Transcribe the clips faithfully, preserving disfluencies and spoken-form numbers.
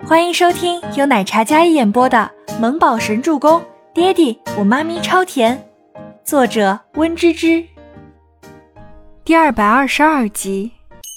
欢迎收听由奶茶嘉一演播的《萌宝神助攻》，爹地我妈咪超甜，作者温芝芝。第二百二十二集。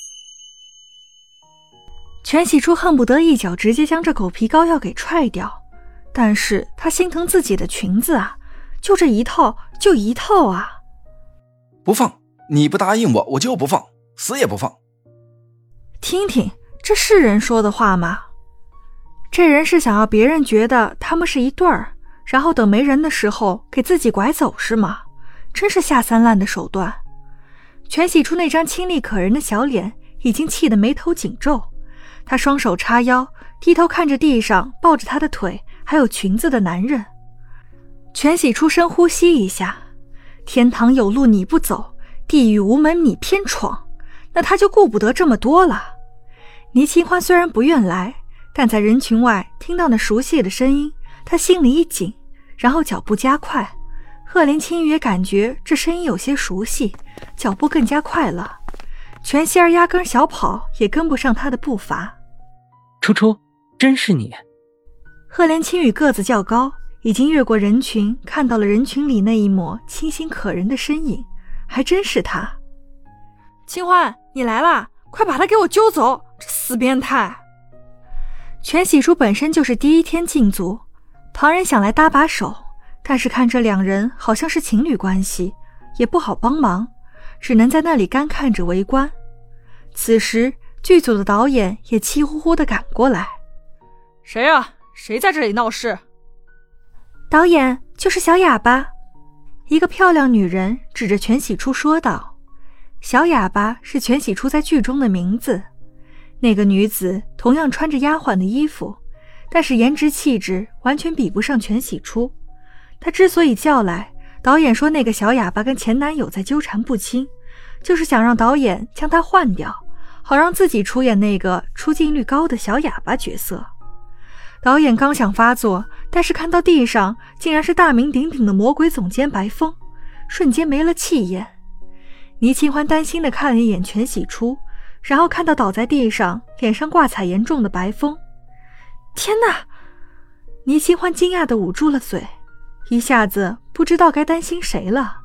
全喜初恨不得一脚直接将这狗皮膏药给踹掉，但是他心疼自己的裙子啊，就这一套就一套啊。 不放，你不答应我，我就不放，死也不放。 听听，这是人说的话吗？这人是想要别人觉得他们是一对儿，然后等没人的时候给自己拐走是吗？真是下三滥的手段。全喜初那张清丽可人的小脸已经气得眉头紧皱，他双手叉腰，低头看着地上抱着他的腿还有裙子的男人。全喜初深呼吸一下，天堂有路你不走，地狱无门你偏闯，那他就顾不得这么多了。倪清欢虽然不愿来，但在人群外听到那熟悉的声音，他心里一紧，然后脚步加快。赫连青羽也感觉这声音有些熟悉，脚步更加快了。全希儿压根小跑也跟不上他的步伐。 初初，真是你。 赫连青羽个子较高，已经越过人群，看到了人群里那一抹清新可人的身影，还真是他。清欢，你来啦，快把他给我揪走，这死变态。全喜初本身就是第一天进组，旁人想来搭把手，但是看这两人好像是情侣关系，也不好帮忙，只能在那里干看着围观。此时剧组的导演也气呼呼地赶过来。 谁啊？谁在这里闹事？ 导演，就是小哑巴。一个漂亮女人指着全喜初说道。小哑巴是全喜初在剧中的名字。那个女子同样穿着丫鬟的衣服，但是颜值气质完全比不上全喜初。她之所以叫来，导演说那个小哑巴跟前男友在纠缠不清，就是想让导演将她换掉，好让自己出演那个出镜率高的小哑巴角色。导演刚想发作，但是看到地上竟然是大名鼎鼎的魔鬼总监白风，瞬间没了气焰。倪清欢担心地看了一眼全喜初，然后看到倒在地上脸上挂彩严重的白风。天哪！倪清欢惊讶地捂住了嘴，一下子不知道该担心谁了。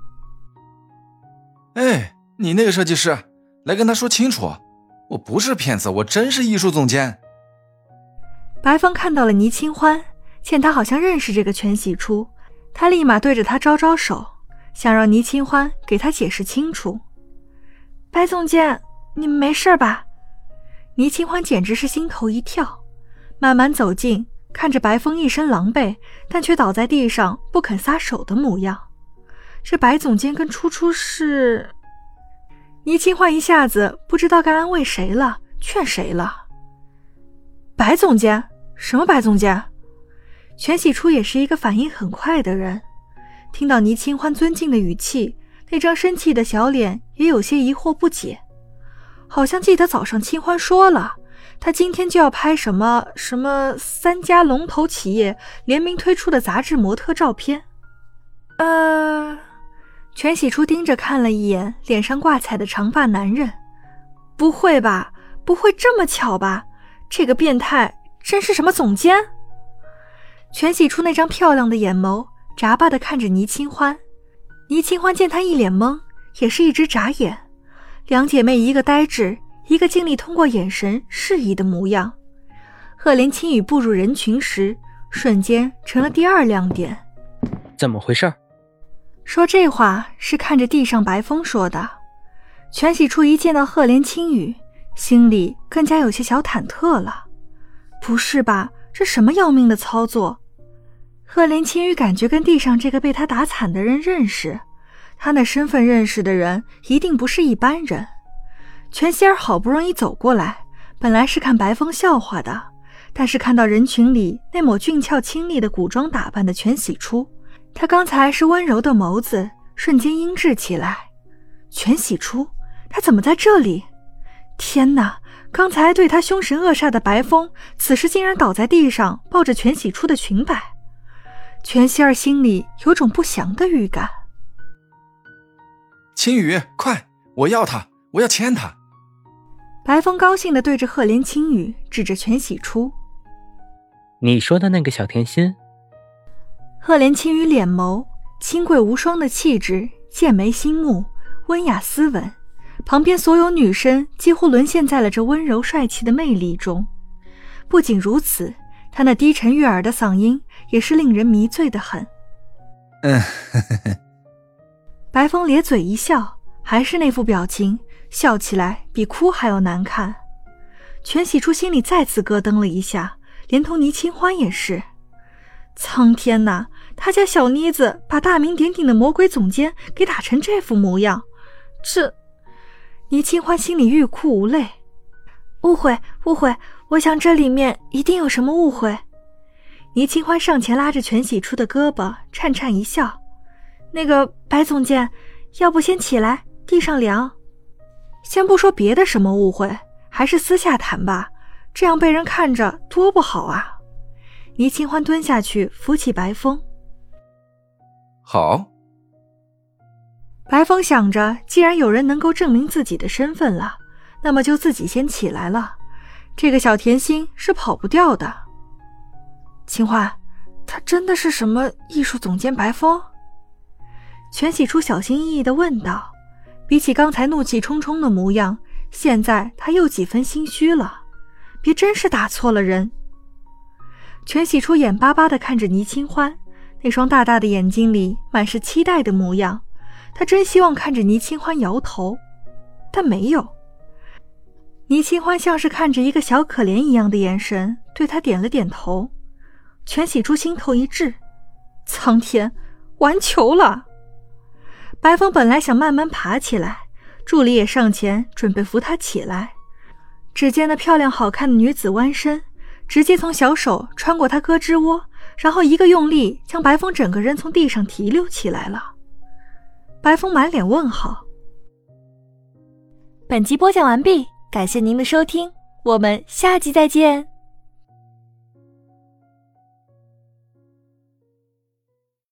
哎，你那个设计师，来跟他说清楚，我不是骗子，我真是艺术总监。 白风看到了倪清欢，见他好像认识这个全喜初，他立马对着他招招手，想让倪清欢给他解释清楚。白总监，你没事吧？倪清欢简直是心头一跳，慢慢走近，看着白风一身狼狈，但却倒在地上不肯撒手的模样。这白总监跟初初是……倪清欢一下子不知道该安慰谁了，劝谁了。白总监？什么白总监？全喜初也是一个反应很快的人，听到倪清欢尊敬的语气，那张生气的小脸也有些疑惑不解。好像记得早上清欢说了，他今天就要拍什么什么三家龙头企业联名推出的杂志模特照片。呃，全喜初盯着看了一眼脸上挂彩的长发男人。不会吧，不会这么巧吧？这个变态真是什么总监？全喜初那张漂亮的眼眸眨巴地看着倪清欢。倪清欢见他一脸懵，也是一直眨眼。两姐妹一个呆滞，一个尽力通过眼神示意的模样。赫连青羽步入人群时，瞬间成了第二亮点。 怎么回事？ 说这话是看着地上白风说的。全喜初一见到赫连青羽，心里更加有些小忐忑了。不是吧，这什么要命的操作？赫连青羽感觉跟地上这个被他打惨的人认识，他那身份认识的人一定不是一般人。全希儿好不容易走过来，本来是看白风笑话的，但是看到人群里那抹俊俏清丽的古装打扮的全喜初，他刚才是温柔的眸子瞬间阴鸷起来。全喜初，他怎么在这里？天哪，刚才对他凶神恶煞的白风，此时竟然倒在地上抱着全喜初的裙摆。全希儿心里有种不祥的预感。 青羽，快，我要他，我要牵他。 白风高兴地对着赫连青羽指着全喜初。 你说的那个小甜心？ 赫连青羽脸眸，清贵无双的气质，剑眉星目，温雅斯文，旁边所有女生几乎沦陷在了这温柔帅气的魅力中。不仅如此，他那低沉悦耳的嗓音也是令人迷醉的很。 嗯，呵呵呵。 白风咧嘴一笑，还是那副表情，笑起来比哭还要难看。全喜初心里再次咯噔了一下，连同倪清欢也是。苍天哪，他家小妮子把大名鼎鼎的魔鬼总监给打成这副模样，这……倪清欢心里欲哭无泪。误会误会，我想这里面一定有什么误会。倪清欢上前拉着全喜初的胳膊，颤颤一笑。那个白总监，要不先起来，地上凉。先不说别的什么误会，还是私下谈吧，这样被人看着多不好啊。倪清欢蹲下去扶起白风。 好。 白风想着，既然有人能够证明自己的身份了，那么就自己先起来了。这个小甜心是跑不掉的。清欢，他真的是什么艺术总监白风？全喜初小心翼翼地问道。比起刚才怒气冲冲的模样，现在他又几分心虚了。别真是打错了人。全喜初眼巴巴地看着倪清欢，那双大大的眼睛里满是期待的模样。他真希望看着倪清欢摇头，但没有。倪清欢像是看着一个小可怜一样的眼神，对他点了点头。全喜初心头一滞，苍天，完球了！白风本来想慢慢爬起来，助理也上前准备扶他起来，只见那漂亮好看的女子弯身，直接从小手穿过他胳肢窝，然后一个用力将白风整个人从地上提溜起来了。白风满脸问号。 本集播讲完毕，感谢您的收听，我们下集再见。